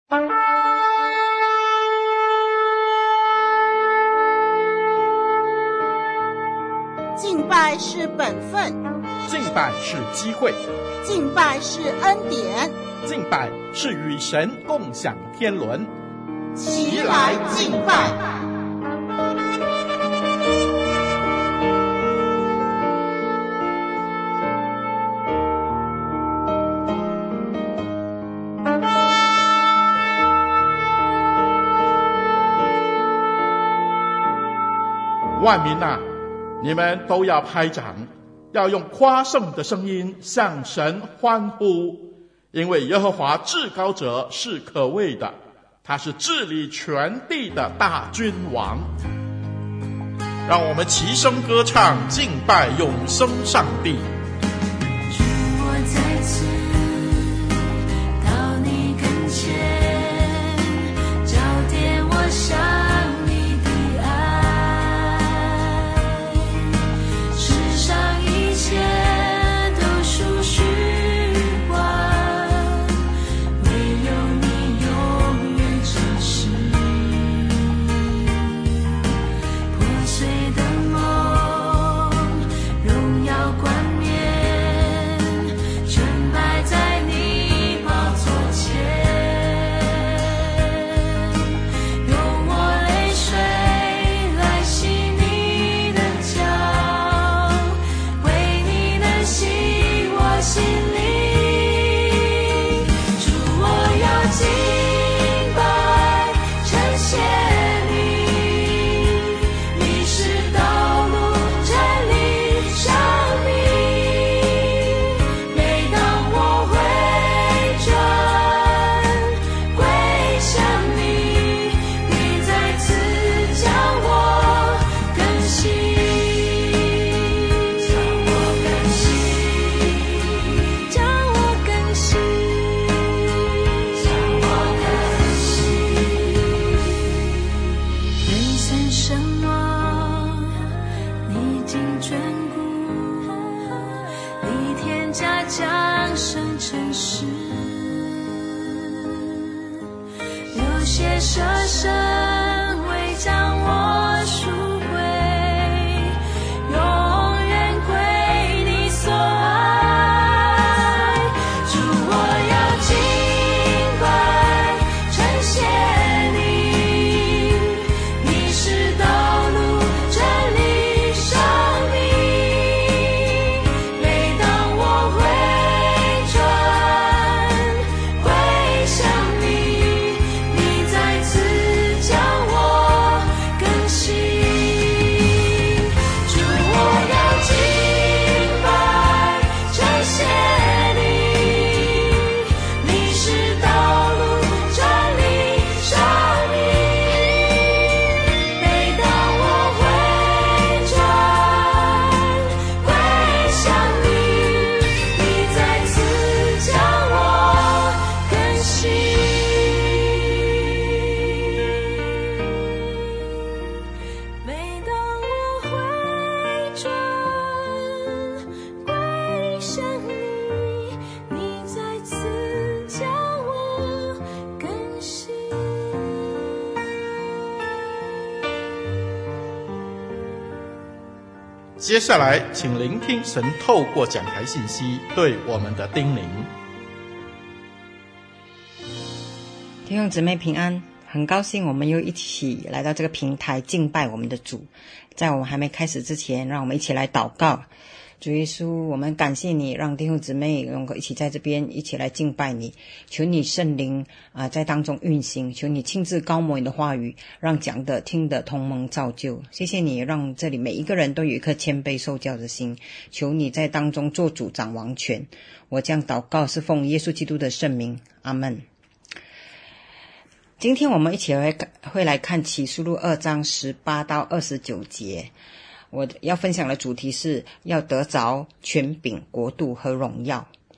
敬拜是本分， 敬拜是机会， 敬拜是恩典， 敬拜是与神共享天伦。 齐来敬拜。 万民啊，你们都要拍掌，要用夸胜的声音向神欢呼，因为耶和华至高者是可畏的，他是治理全地的大君王。让我们齐声歌唱，敬拜永生上帝。 主，我再次到你跟前，交点我向你的爱，世上一切都属虚幻，唯有你永远真实。破碎的梦，荣耀冠冕，全摆在你宝座前，用我泪水来洗你的脚，为你能洗我心灵。主，我要敬拜称谢你，你是道路真理生命。每当我回转归向你，你再次将我更新，将我更新，人生身亡，历经眷顾，历天家降生成世，流血舍身为将我赎回，永远归你所爱。主，我要敬拜称谢你，你是道路真理生命。每当我回转归向你，你再次将我更新。主，我要敬拜称谢你，你是道路真理生命。每当我回转归向你，你再次将我更新。每当我回转归向你，你再次将我更新。 接下来请聆听神透过讲台信息对我们的叮咛。 弟兄姊妹平安，很高兴我们又一起来到这个平台敬拜我们的主。在我们还没开始之前，让我们一起来祷告。主耶稣，我们感谢你，让弟兄姊妹能够一起在这边一起来敬拜你。求你圣灵在当中运行，求你亲自高摩你的话语，让讲的听的同蒙造就。谢谢你，让这里每一个人都有一颗谦卑受教的心。求你在当中做主掌王权。我将祷告是奉耶稣基督的圣名，阿们。今天我们一起会来看启示录2章18到29节。我要分享的主题是要得着权柄、国度和荣耀。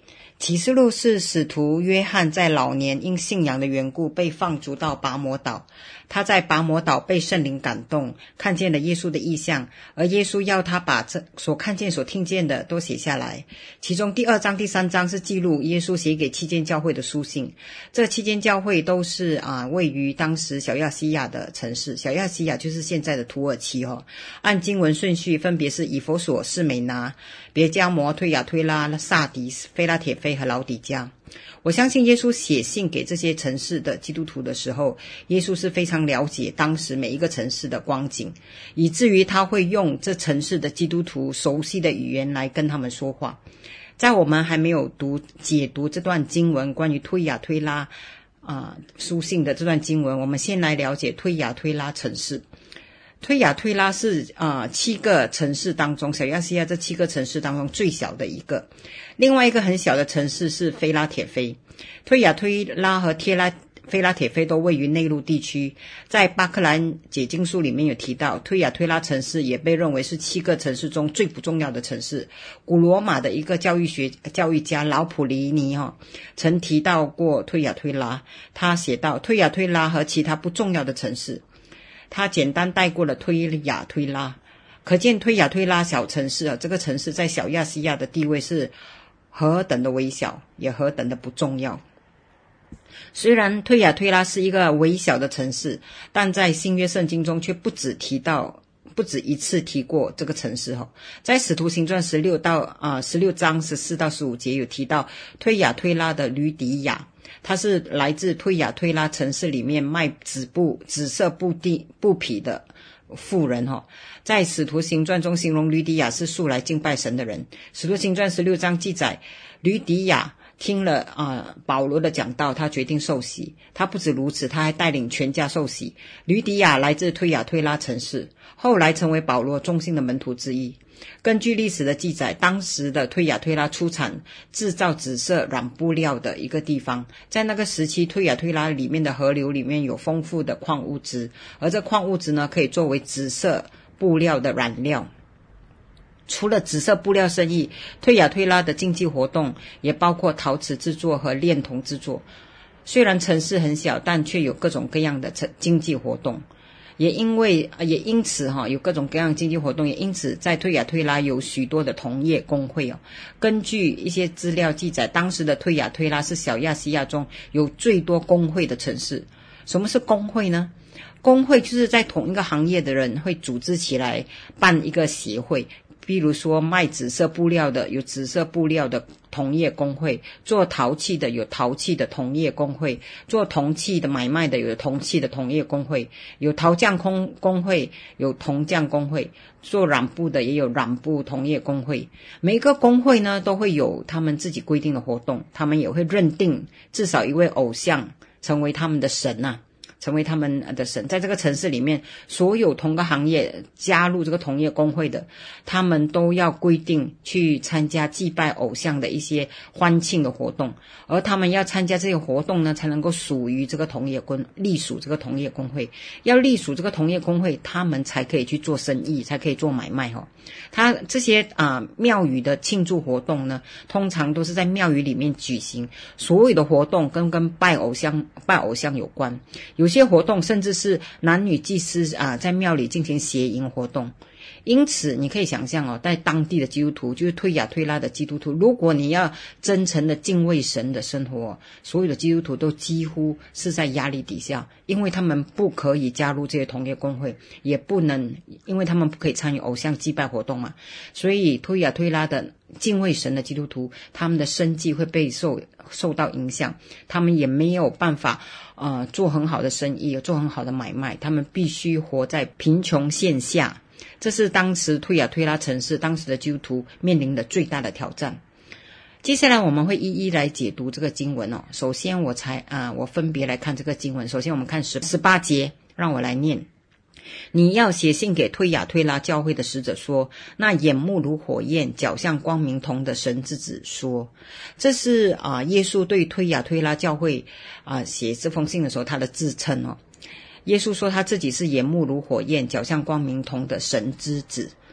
启示录是使徒约翰在老年因信仰的缘故被放逐到拔摩岛，他在拔摩岛被圣灵感动，看见了耶稣的异象，而耶稣要他把这所看见所听见的都写下来。其中第2章第3章是记录耶稣写给7间教会的书信，这7间教会都是位于当时小亚细亚的城市，小亚细亚就是现在的土耳其按经文顺序分别是以弗所、士美拿、别迦摩、推雅推拉、萨迪斯、菲拉铁菲和老底嘉。我相信耶稣写信给这些城市的基督徒的时候，耶稣是非常了解当时每一个城市的光景，以至于他会用这城市的基督徒熟悉的语言来跟他们说话。在我们还没有解读这段经文关于推雅推拉书信的这段经文，我们先来了解推雅推拉城市。推雅推拉是7个城市当中，小亚细亚这7个城市当中最小的一个。另外一个很小的城市是菲拉铁菲。推雅推拉和菲拉铁菲都位于内陆地区。在巴克兰解经书里面有提到，推雅推拉城市也被认为是7个城市中最不重要的城市。古罗马的一个教育家老普利尼曾提到过推雅推拉，他写道推雅推拉和其他不重要的城市，他简单带过了推雅推拉，可见推雅推拉小城市这个城市在小亚细亚的地位是何等的微小，也何等的不重要。虽然推雅推拉是一个微小的城市，但在新约圣经中却不止一次提过这个城市在使徒行传16章14到15节有提到推雅推拉的吕底亚，他是来自推雅推拉城市里面卖紫色布匹的妇人在使徒行传中形容吕底亚是素来敬拜神的人。使徒行传16章记载，吕底亚听了保罗的讲道，他决定受洗。他不止如此，他还带领全家受洗。吕底亚来自推雅推拉城市，后来成为保罗忠心的门徒之一。根据历史的记载，当时的推雅推拉出产制造紫色染布料的一个地方。在那个时期，推雅推拉里面的河流里面有丰富的矿物质，而这矿物质呢，可以作为紫色布料的染料。除了紫色布料生意，推雅推拉的经济活动也包括陶瓷制作和炼铜制作。虽然城市很小，但却有各种各样的经济活动。也因此有各种各样的经济活动，也因此在推雅推拉有许多的同业工会根据一些资料记载，当时的推雅推拉是小亚细亚中有最多工会的城市。什么是工会呢？工会就是在同一个行业的人会组织起来办一个协会。比如说卖紫色布料的有紫色布料的同业工会，做陶器的有陶器的同业工会，做铜器的买卖的有铜器的同业工会，有陶匠工会，有铜匠工会，做染布的也有染布同业工会。每一个工会呢都会有他们自己规定的活动，他们也会认定至少一位偶像成为他们的神成为他们的神。在这个城市里面，所有同个行业加入这个同业工会的，他们都要规定去参加祭拜偶像的一些欢庆的活动，而他们要参加这些活动呢，才能够属于这个隶属这个同业工会。要隶属这个同业工会，他们才可以去做生意，才可以做买卖他这些庙宇的庆祝活动呢，通常都是在庙宇里面举行，所有的活动跟拜偶像有关。有些活动甚至是男女祭司在庙里进行邪淫活动。因此你可以想象在当地的基督徒，就是推雅推拉的基督徒，如果你要真诚的敬畏神的生活，所有的基督徒都几乎是在压力底下，因为他们不可以加入这些同业工会，也不能，因为他们不可以参与偶像祭拜活动嘛，所以推雅推拉的敬畏神的基督徒，他们的生计会被受到影响，他们也没有办法做很好的生意，做很好的买卖，他们必须活在贫穷线下。这是当时推雅推拉城市当时的基督徒面临的最大的挑战。接下来我们会一一来解读这个经文首先我分别来看这个经文。首先我们看18节，让我来念。你要写信给推雅推拉教会的使者说，那眼目如火焰，脚像光明铜的神之子说。这是耶稣对推雅推拉教会写这封信的时候他的自称耶稣说他自己是眼目如火焰，脚像光明铜的神之子。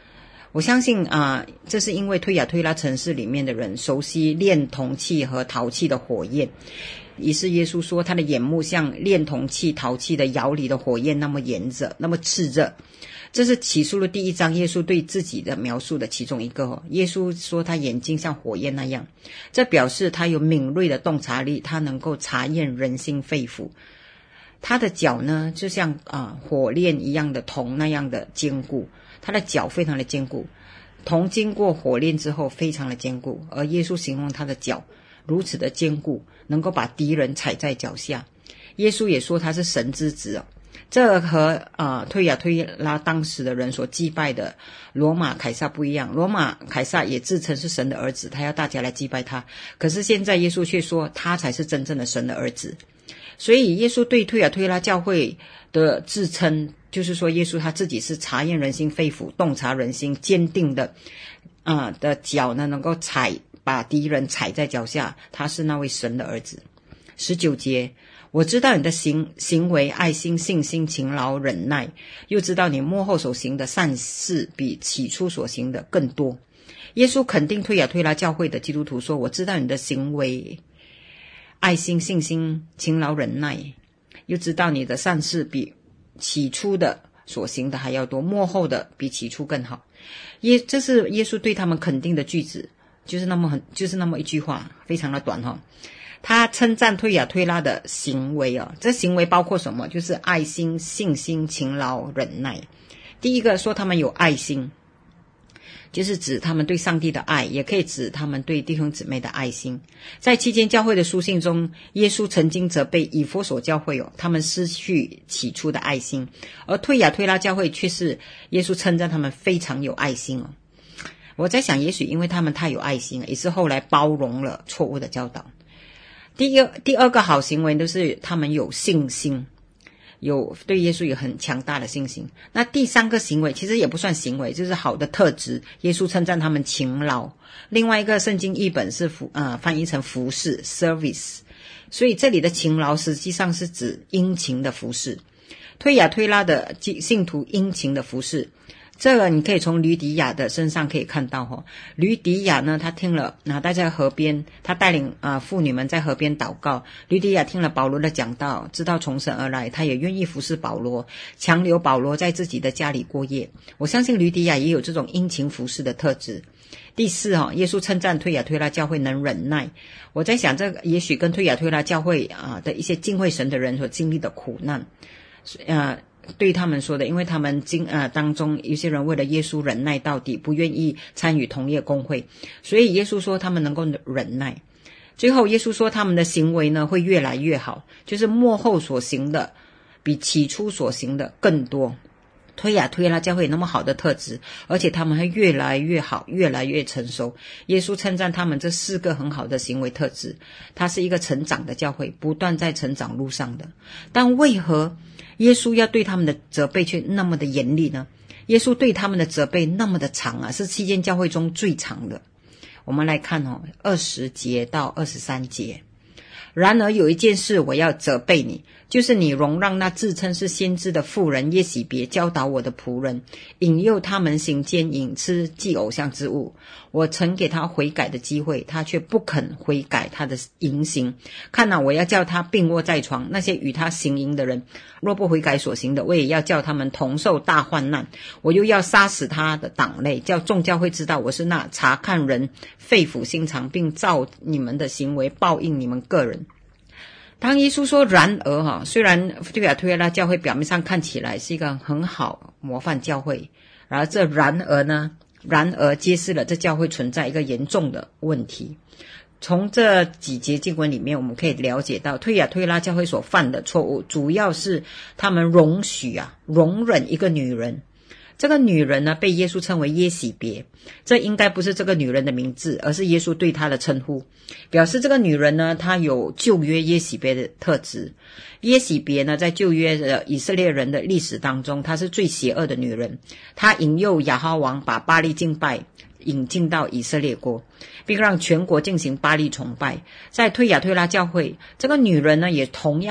我相信这是因为推雅推拉城市里面的人熟悉炼铜器和陶器的火焰，于是耶稣说他的眼目像炼铜器陶器的窑里的火焰那么炎热，那么炽热。这是启示录第1章耶稣对自己的描述的其中一个。耶稣说他眼睛像火焰那样，这表示他有敏锐的洞察力，他能够查验人心肺腑。他的脚呢就像火炼一样的铜那样的坚固，他的脚非常的坚固，铜经过火炼之后非常的坚固，而耶稣形容他的脚如此的坚固，能够把敌人踩在脚下。耶稣也说他是神之子这和推雅推拉当时的人所祭拜的罗马凯撒不一样。罗马凯撒也自称是神的儿子，他要大家来祭拜他，可是现在耶稣却说他才是真正的神的儿子。所以耶稣对推雅推拉教会的自称，就是说耶稣他自己是查验人心肺腑，洞察人心，坚定的的脚呢能够把敌人踩在脚下，他是那位神的儿子。19节，我知道你的行为，爱心、信心、勤劳、忍耐，又知道你末后所行的善事比起初所行的更多。耶稣肯定推雅推拉教会的基督徒说，我知道你的行为，爱心、信心、勤劳、忍耐，又知道你的善事比起初的所行的还要多，末后的比起初更好。这是耶稣对他们肯定的句子，就是那么一句话，非常的短他称赞推雅推拉的行为这行为包括什么？就是爱心、信心、勤劳、忍耐。第一个说他们有爱心，就是指他们对上帝的爱，也可以指他们对弟兄姊妹的爱心。在期间教会的书信中，耶稣曾经责备以弗所教会他们失去起初的爱心，而推雅推拉教会却是耶稣称赞他们非常有爱心我在想，也许因为他们太有爱心也是后来包容了错误的教导。第二个好行为都是他们有信心，对耶稣有很强大的信心。那第3个行为其实也不算行为，就是好的特质。耶稣称赞他们勤劳。另外一个圣经译本是翻译成服侍 service， 所以这里的勤劳实际上是指殷勤的服侍。推雅推拉的信徒殷勤的服侍，这个你可以从吕底亚的身上可以看到吕底亚呢，他听了待在河边，他带领妇女们在河边祷告。吕底亚听了保罗的讲道，知道从神而来，他也愿意服侍保罗，强留保罗在自己的家里过夜。我相信吕底亚也有这种殷勤服侍的特质。第4耶稣称赞推雅推拉教会能忍耐。我在想，这个也许跟推雅推拉教会的一些敬畏神的人所经历的苦难对他们说的，因为他们当中有些人为了耶稣忍耐到底，不愿意参与同业公会，所以耶稣说他们能够忍耐。最后耶稣说他们的行为呢会越来越好，就是末后所行的比起初所行的更多。推雅推拉教会有那么好的特质，而且他们会越来越好，越来越成熟。耶稣称赞他们这4个很好的行为特质，它是一个成长的教会，不断在成长路上的。但为何耶稣要对他们的责备却那么的严厉呢？耶稣对他们的责备那么的长是期间教会中最长的。我们来看20节到23节。然而有一件事我要责备你，就是你容让那自称是先知的妇人耶洗别教导我的仆人，引诱他们行奸淫，吃祭偶像之物。我曾给他悔改的机会，他却不肯悔改他的淫行。看我要叫他病卧在床，那些与他行淫的人若不悔改所行的，我也要叫他们同受大患难。我又要杀死他的党类，叫众教会知道我是那查看人肺腑心肠，并照你们的行为报应你们个人。当耶稣说然而虽然推雅推拉教会表面上看起来是一个很好模范教会，然而这然而揭示了这教会存在一个严重的问题。从这几节经文里面我们可以了解到，推雅推拉教会所犯的错误主要是他们容忍一个女人。这个女人呢被耶稣称为耶洗别，这应该不是这个女人的名字，而是耶稣对她的称呼，表示这个女人呢她有旧约耶洗别的特质。耶洗别呢在旧约的以色列人的历史当中，她是最邪恶的女人，她引诱亚哈王把巴力敬拜引进到以色列国，并让全国进行巴力崇拜。在推雅推拉教会，这个女人呢也同样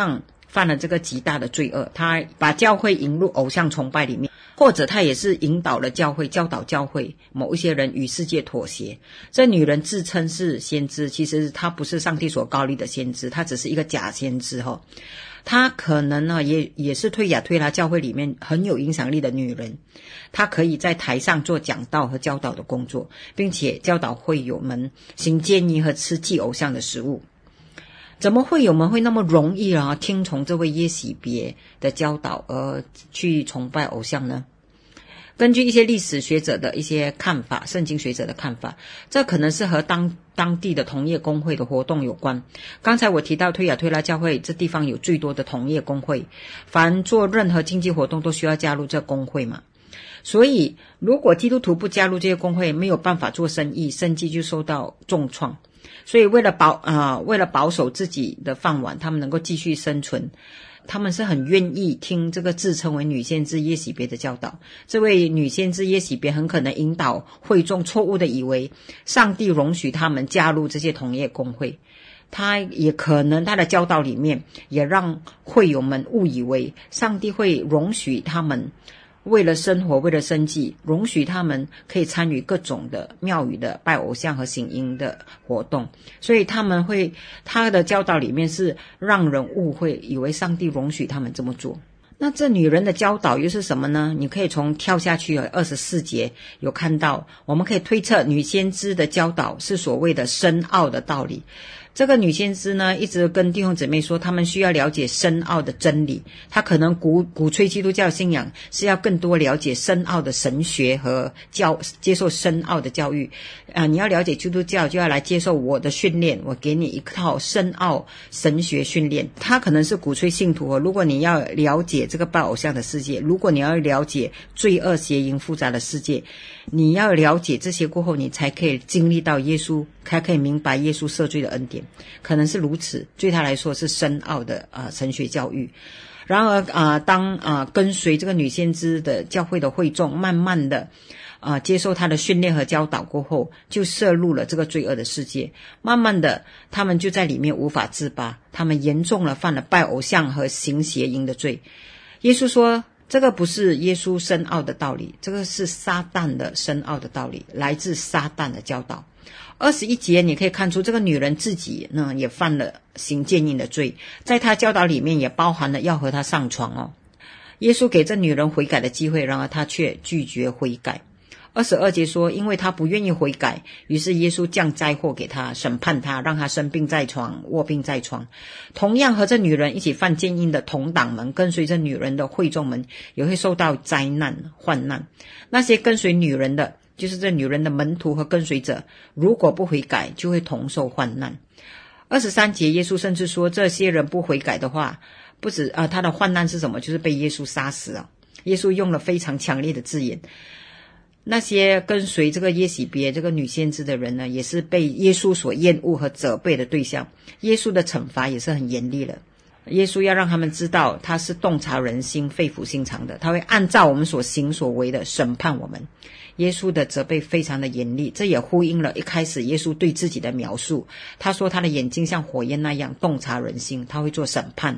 犯了这个极大的罪恶，他把教会引入偶像崇拜里面，或者他也是引导了教会，教导教会某一些人与世界妥协。这女人自称是先知，其实她不是上帝所膏立的先知，她只是一个假先知哈。她可能呢也是推雅推拉教会里面很有影响力的女人，她可以在台上做讲道和教导的工作，并且教导会友们行奸淫和吃祭偶像的食物。怎么会友们会那么容易听从这位耶洗别的教导而去崇拜偶像呢？根据一些历史学者的一些看法，圣经学者的看法，这可能是和当地的同业公会的活动有关。刚才我提到推雅推拉教会这地方有最多的同业公会，凡做任何经济活动都需要加入这公会嘛。所以如果基督徒不加入这些公会，没有办法做生意，生计就受到重创。所以为了保守自己的饭碗，他们能够继续生存，他们是很愿意听这个自称为女先知耶洗别的教导。这位女先知耶洗别很可能引导会众错误的以为上帝容许他们加入这些同业公会，他也可能他的教导里面也让会友们误以为上帝会容许他们为了生活，为了生计，容许他们可以参与各种的庙宇的拜偶像和行淫的活动。所以他的教导里面是让人误会，以为上帝容许他们这么做。那这女人的教导又是什么呢？你可以从跳下去24节有看到，我们可以推测女先知的教导是所谓的深奥的道理。这个女先知呢，一直跟弟兄姊妹说，他们需要了解深奥的真理。她可能鼓吹基督教信仰是要更多了解深奥的神学和接受深奥的教育。你要了解基督教，就要来接受我的训练，我给你一套深奥神学训练。她可能是鼓吹信徒，如果你要了解这个拜偶像的世界，如果你要了解罪恶邪淫复杂的世界，你要了解这些过后，你才可以经历到耶稣，才可以明白耶稣赦罪的恩典，可能是如此。对他来说是深奥的神学教育。然而当跟随这个女先知的教会的会众慢慢的接受他的训练和教导过后，就涉入了这个罪恶的世界。慢慢的他们就在里面无法自拔，他们严重了犯了拜偶像和行邪淫的罪。耶稣说这个不是耶稣深奥的道理，这个是撒旦的深奥的道理，来自撒旦的教导。21节你可以看出，这个女人自己呢也犯了行奸淫的罪，在她教导里面也包含了要和她上床耶稣给这女人悔改的机会，然而她却拒绝悔改。22节说，因为她不愿意悔改，于是耶稣降灾祸给她，审判她，让她生病在床，卧病在床。同样和这女人一起犯奸淫的同党们，跟随着女人的会众们也会受到灾难患难。那些跟随女人的，就是这女人的门徒和跟随者，如果不悔改，就会同受患难。23节耶稣甚至说，这些人不悔改的话，不止他的患难是什么？就是被耶稣杀死耶稣用了非常强烈的字眼。那些跟随这个耶洗别这个女先知的人呢，也是被耶稣所厌恶和责备的对象。耶稣的惩罚也是很严厉的。耶稣要让他们知道，他是洞察人心、肺腑心肠的，他会按照我们所行所为的审判我们。耶稣的责备非常的严厉，这也呼应了一开始耶稣对自己的描述。他说他的眼睛像火焰那样洞察人心，他会做审判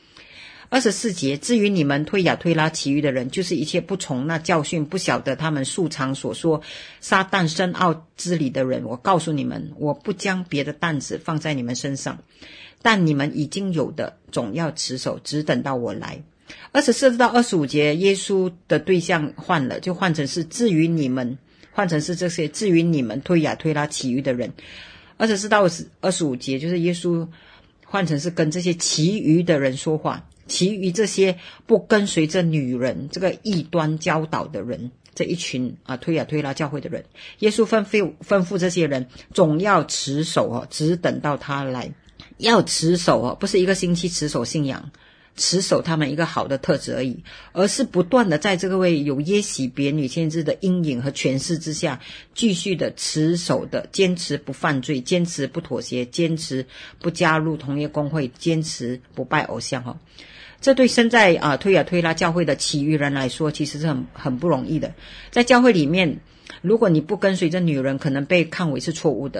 24节，至于你们推雅推拉其余的人，就是一切不从那教训，不晓得他们素常所说撒旦深奥之理的人，我告诉你们，我不将别的担子放在你们身上，但你们已经有的总要持守，只等到我来。24到25节，耶稣的对象换了，就换成是至于你们，换成是这些至于你们推雅推拉其余的人。24到25节，就是耶稣换成是跟这些其余的人说话，其余这些不跟随这女人这个异端教导的人，这一群推雅推拉教会的人，耶稣吩咐这些人总要持守只等到他来。要持守不是一个星期持守信仰，持守他们一个好的特质而已，而是不断的在这个位有耶洗别女先知的阴影和权势之下，继续的持守的坚持不犯罪，坚持不妥协，坚持不加入同业公会，坚持不拜偶像这对身在推雅推拉教会的其余人来说，其实是很不容易的。在教会里面，如果你不跟随这女人，可能被看为是错误的，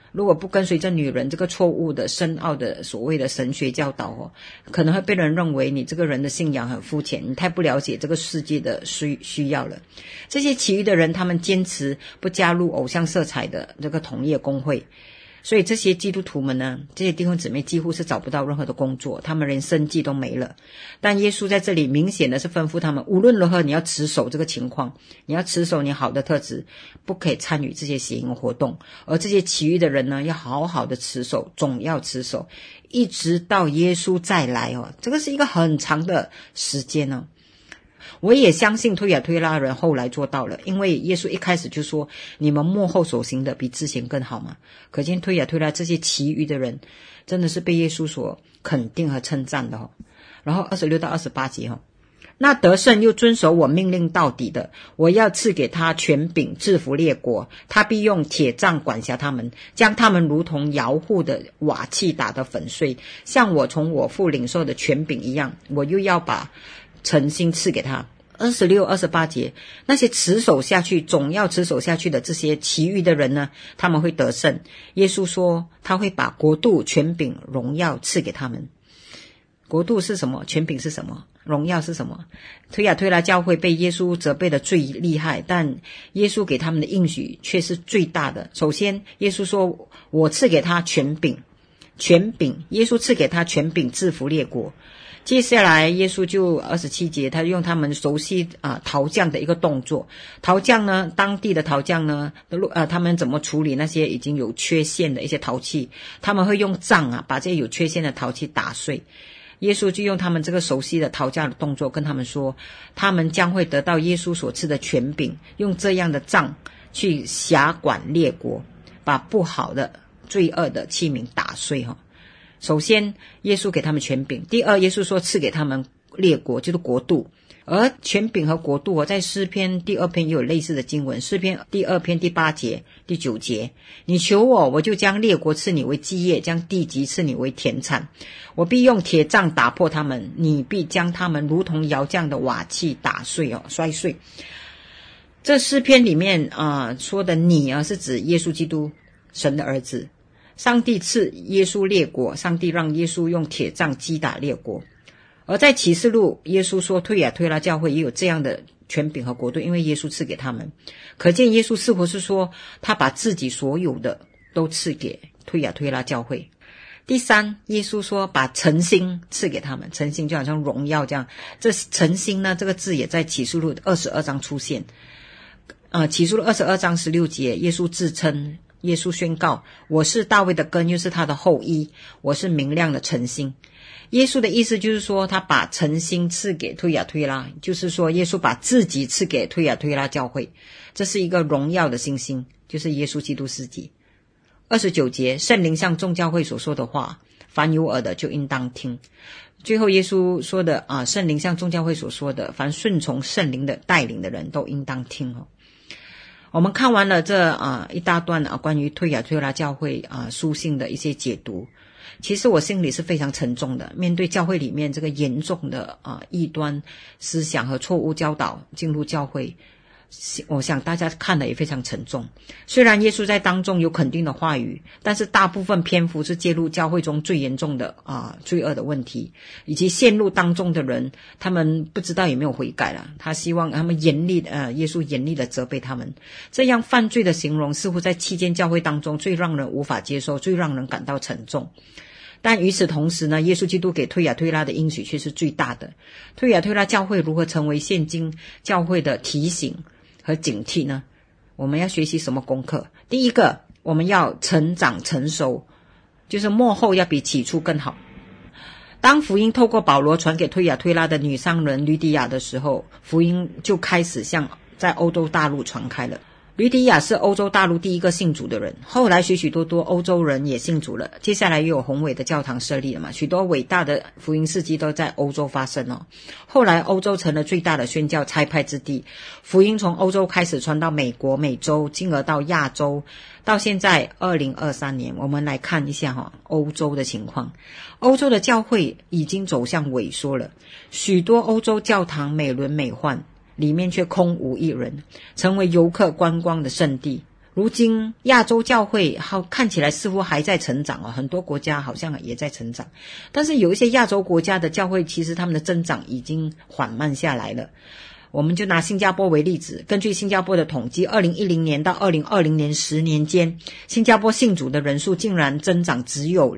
如果不跟随这女人这个错误的深奥的所谓的神学教导可能会被人认为你这个人的信仰很肤浅，你太不了解这个世界的需要了。这些其余的人他们坚持不加入偶像色彩的这个同业工会，所以这些基督徒们呢，这些弟兄姊妹几乎是找不到任何的工作，他们连生计都没了。但耶稣在这里明显的是吩咐他们，无论如何你要持守这个情况，你要持守你好的特质，不可以参与这些邪淫活动。而这些其余的人呢，要好好的持守，总要持守，一直到耶稣再来这个是一个很长的时间我也相信推雅推拉人后来做到了，因为耶稣一开始就说你们末后所行的比之前更好嘛。可见推雅推拉这些其余的人真的是被耶稣所肯定和称赞的然后26到28节那得胜又遵守我命令到底的，我要赐给他权柄制服列国，他必用铁杖管辖他们，将他们如同窑户的瓦器打得粉碎，像我从我父领受的权柄一样，我又要把诚心赐给他。26、28节，那些持守下去，总要持守下去的这些其余的人呢，他们会得胜。耶稣说他会把国度、权柄、荣耀赐给他们。国度是什么？权柄是什么？荣耀是什么？推雅推拉教会被耶稣责备的最厉害，但耶稣给他们的应许却是最大的。首先耶稣说我赐给他权柄，耶稣赐给他权柄制服列国。接下来耶稣就27节，他用他们熟悉陶匠的一个动作。陶匠呢，当地的陶匠呢他们怎么处理那些已经有缺陷的一些陶器？他们会用杖把这些有缺陷的陶器打碎。耶稣就用他们这个熟悉的陶匠的动作跟他们说，他们将会得到耶稣所赐的权柄，用这样的杖去辖管列国，把不好的罪恶的器皿打碎首先耶稣给他们权柄，第二耶稣说赐给他们列国，就是国度。而权柄和国度在诗篇第2篇也有类似的经文，诗篇第2篇第8节第9节，你求我，我就将列国赐你为基业，将地级赐你为田产，我必用铁杖打破他们，你必将他们如同窑匠的瓦器打碎摔碎。这诗篇里面说的你是指耶稣基督，神的儿子。上帝赐耶稣列国，上帝让耶稣用铁杖击打列国。而在启示录，耶稣说推雅推拉教会也有这样的权柄和国度，因为耶稣赐给他们。可见耶稣似乎是说他把自己所有的都赐给推雅推拉教会。第三，耶稣说把诚心赐给他们，诚心就好像荣耀这样。这诚心呢，这个字也在启示录22章出现。启示录22章16节，耶稣自称，耶稣宣告，我是大卫的根，又是他的后裔，我是明亮的诚心。耶稣的意思就是说他把诚心赐给推雅推拉，就是说耶稣把自己赐给推雅推拉教会，这是一个荣耀的信心，就是耶稣基督自己。29节，圣灵向众教会所说的话，凡有耳的就应当听。最后耶稣说的圣灵向众教会所说的，凡顺从圣灵的带领的人都应当听我们看完了这一大段关于推雅推拉教会书信的一些解读，其实我心里是非常沉重的，面对教会里面这个严重的异端思想和错误教导进入教会，我想大家看的也非常沉重。虽然耶稣在当中有肯定的话语，但是大部分篇幅是揭露教会中最严重的罪恶的问题，以及陷入当中的人他们不知道有没有悔改了。他希望他们耶稣严厉的责备他们。这样犯罪的形容似乎在期间教会当中最让人无法接受，最让人感到沉重。但与此同时呢，耶稣基督给推雅推拉的应许却是最大的。推雅推拉教会如何成为现今教会的提醒和警惕呢？我们要学习什么功课？第一个，我们要成长成熟，就是末后要比起初更好。当福音透过保罗传给推雅推拉的女商人吕底亚的时候，福音就开始向在欧洲大陆传开了。吕底亚是欧洲大陆第一个信主的人，后来许许多多欧洲人也信主了，接下来又有宏伟的教堂设立了嘛，许多伟大的福音事迹都在欧洲发生后来欧洲成了最大的宣教差派之地，福音从欧洲开始传到美国、美洲，进而到亚洲，到现在2023年，我们来看一下欧洲的情况。欧洲的教会已经走向萎缩了，许多欧洲教堂美轮美奂，里面却空无一人，成为游客观光的圣地。 如今亚洲教会看起来似乎还在成长很多国家好像也在成长，但是有一些亚洲国家的教会其实他们的增长已经缓慢下来了。我们就拿新加坡为例子，根据新加坡的统计，2010年到2020年10年间，新加坡信主的人数竟然增长只有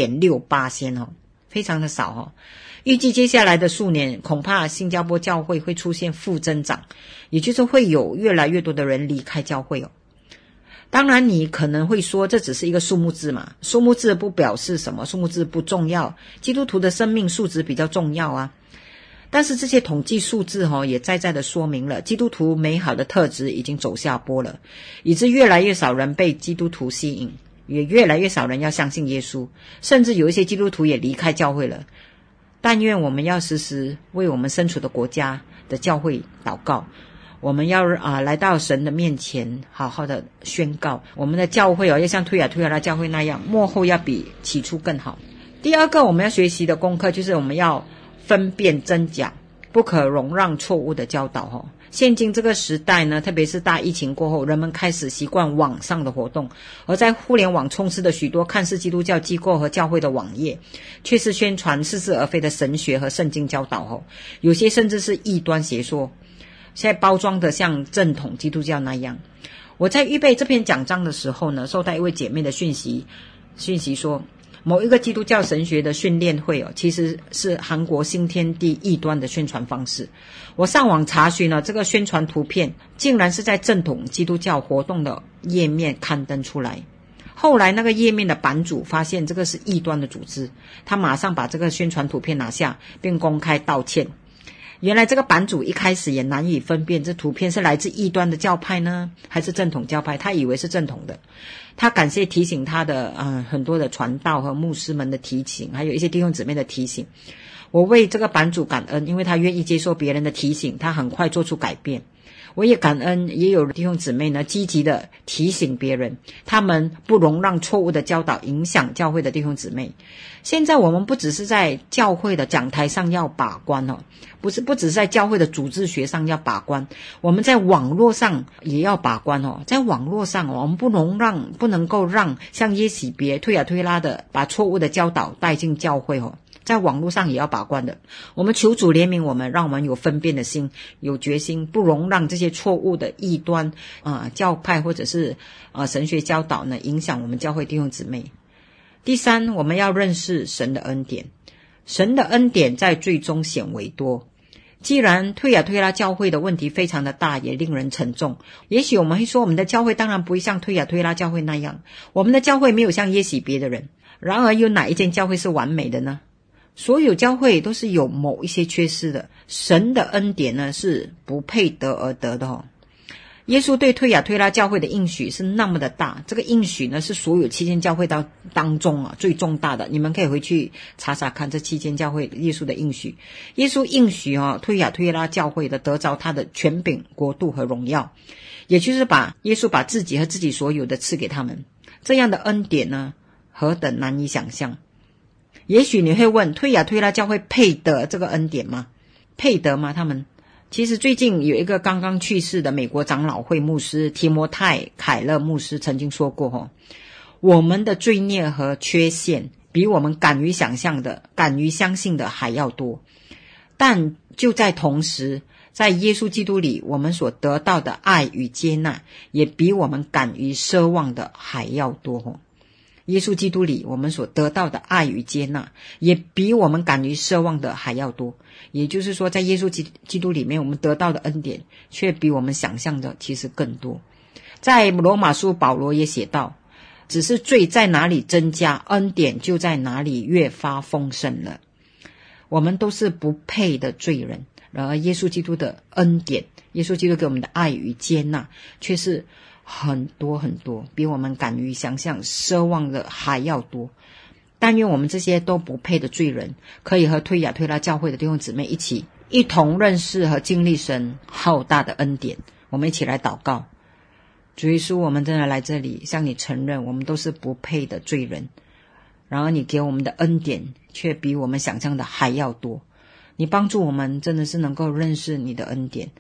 0.68%非常的少预计接下来的数年，恐怕新加坡教会会出现负增长，也就是会有越来越多的人离开教会当然你可能会说这只是一个数目字嘛，数目字不表示什么，数目字不重要，基督徒的生命数值比较重要啊。但是这些统计数字也在的说明了基督徒美好的特质已经走下坡了，以致越来越少人被基督徒吸引，也越来越少人要相信耶稣，甚至有一些基督徒也离开教会了。但愿我们要时时为我们身处的国家的教会祷告，我们要来到神的面前好好的宣告我们的教会要像推雅推拉教会那样，末后要比起初更好。第二个我们要学习的功课就是我们要分辨真假，不可容让错误的教导现今这个时代呢，特别是大疫情过后，人们开始习惯网上的活动，而在互联网充斥的许多看似基督教机构和教会的网页，却是宣传似是而非的神学和圣经教导有些甚至是异端邪说，现在包装的像正统基督教那样。我在预备这篇讲章的时候呢，收到一位姐妹的讯息说，某一个基督教神学的训练会其实是韩国新天地异端的宣传方式。我上网查询这个宣传图片竟然是在正统基督教活动的页面刊登出来。后来那个页面的版主发现这个是异端的组织，他马上把这个宣传图片拿下，并公开道歉。原来这个版主一开始也难以分辨这图片是来自异端的教派呢还是正统教派，他以为是正统的。他感谢提醒他的很多的传道和牧师们的提醒，还有一些弟兄姊妹的提醒。我为这个版主感恩，因为他愿意接受别人的提醒，他很快做出改变。我也感恩也有弟兄姊妹呢积极的提醒别人，他们不容让错误的教导影响教会的弟兄姊妹。现在我们不只是在教会的讲台上要把关不只是在教会的组织学上要把关，我们在网络上也要把关在网络上我们不能够让像耶洗别推雅推拉的把错误的教导带进教会在网络上也要把关的。我们求主怜悯我们，让我们有分辨的心，有决心，不容让这些错误的异端教派或者是神学教导呢影响我们教会弟兄姊妹。第三，我们要认识神的恩典。神的恩典在最终显为多。既然推雅推拉教会的问题非常的大，也令人沉重，也许我们会说我们的教会当然不会像推雅推拉教会那样，我们的教会没有像耶洗别的人。然而有哪一间教会是完美的呢？所有教会都是有某一些缺失的。神的恩典呢是不配得而得的耶稣对推雅推拉教会的应许是那么的大，这个应许呢是所有7间教会当中最重大的。你们可以回去查查看这7间教会耶稣的应许。耶稣应许推雅推拉教会的得着他的权柄、国度和荣耀，也就是耶稣把自己和自己所有的赐给他们。这样的恩典呢何等难以想象。也许你会问，推雅推拉教会配得这个恩典吗？配得吗？他们其实最近有一个刚刚去世的美国长老会牧师提摩太凯勒牧师曾经说过我们的罪孽和缺陷比我们敢于想象的、敢于相信的还要多，但就在同时，在耶稣基督里我们所得到的爱与接纳也比我们敢于奢望的还要多耶稣基督里我们所得到的爱与接纳也比我们敢于奢望的还要多。也就是说，在耶稣基督里面我们得到的恩典却比我们想象的其实更多。在罗马书保罗也写道，只是罪在哪里增加，恩典就在哪里越发丰盛了。我们都是不配的罪人，然而耶稣基督的恩典，耶稣基督给我们的爱与接纳却是很多很多，比我们敢于想象奢望的还要多。但愿我们这些都不配的罪人可以和推雅推拉教会的弟兄姊妹一同认识和经历神浩大的恩典。我们一起来祷告。主耶稣，我们真的来这里向你承认我们都是不配的罪人，然而你给我们的恩典却比我们想象的还要多。你帮助我们真的是能够认识你的恩典，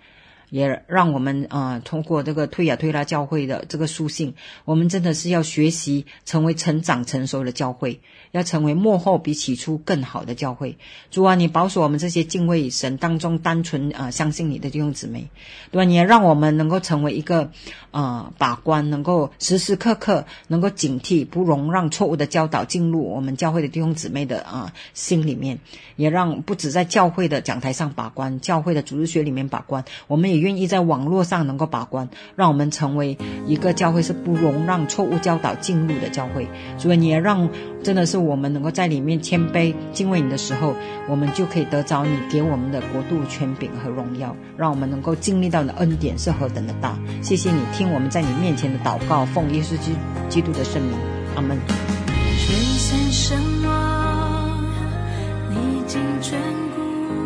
也让我们通过这个推雅推拉教会的这个书信，我们真的是要学习成为成长成熟的教会，要成为末后比起初更好的教会。主啊，你保守我们这些敬畏神当中单纯相信你的弟兄姊妹，对吧？你也让我们能够成为一个把关，能够时时刻刻能够警惕，不容让错误的教导进入我们教会的弟兄姊妹的心里面，也让不只在教会的讲台上把关，教会的主日学里面把关，我们也愿意在网络上能够把关，让我们成为一个教会是不容让错误教导进入的教会。所以你也让真的是我们能够在里面谦卑敬畏你的时候，我们就可以得着你给我们的国度权柄和荣耀，让我们能够经历到你的恩典是何等的大。谢谢你听我们在你面前的祷告，奉耶稣基督的圣名，阿们。 水散神往，历经眷顾，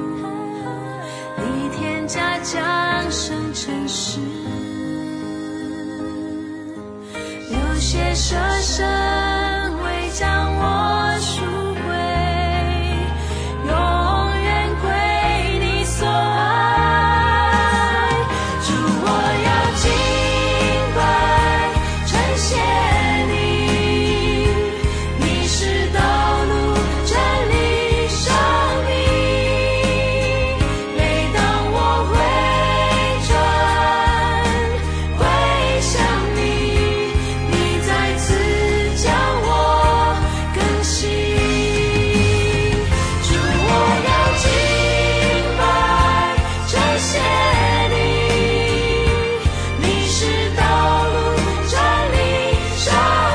历天家降生成世，流血舍身为将我赎回，永远归你所爱。主，我要敬拜称谢你，你是道路真理生命。每当我回转归向你，你再次将我更新。主，我要敬拜称谢你，你是道路真理生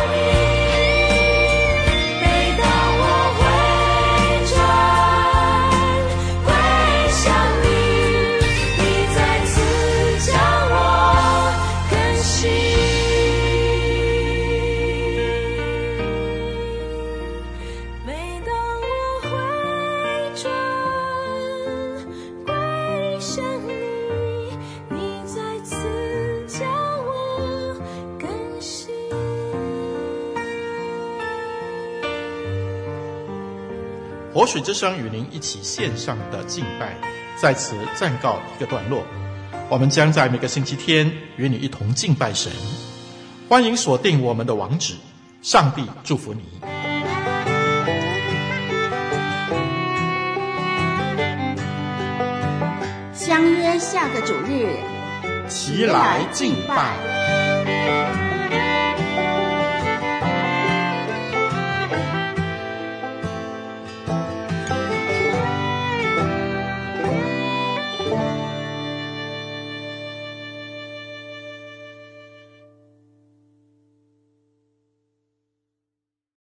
命。每当我回转归向你，你再次将我更新。每当我回转归向你，你再次将我更新。 活水之声与您一起线上的敬拜，在此暂告一个段落。我们将在每个星期天与你一同敬拜神，欢迎锁定我们的网址。上帝祝福你。 相约下个主日， 齐来敬拜。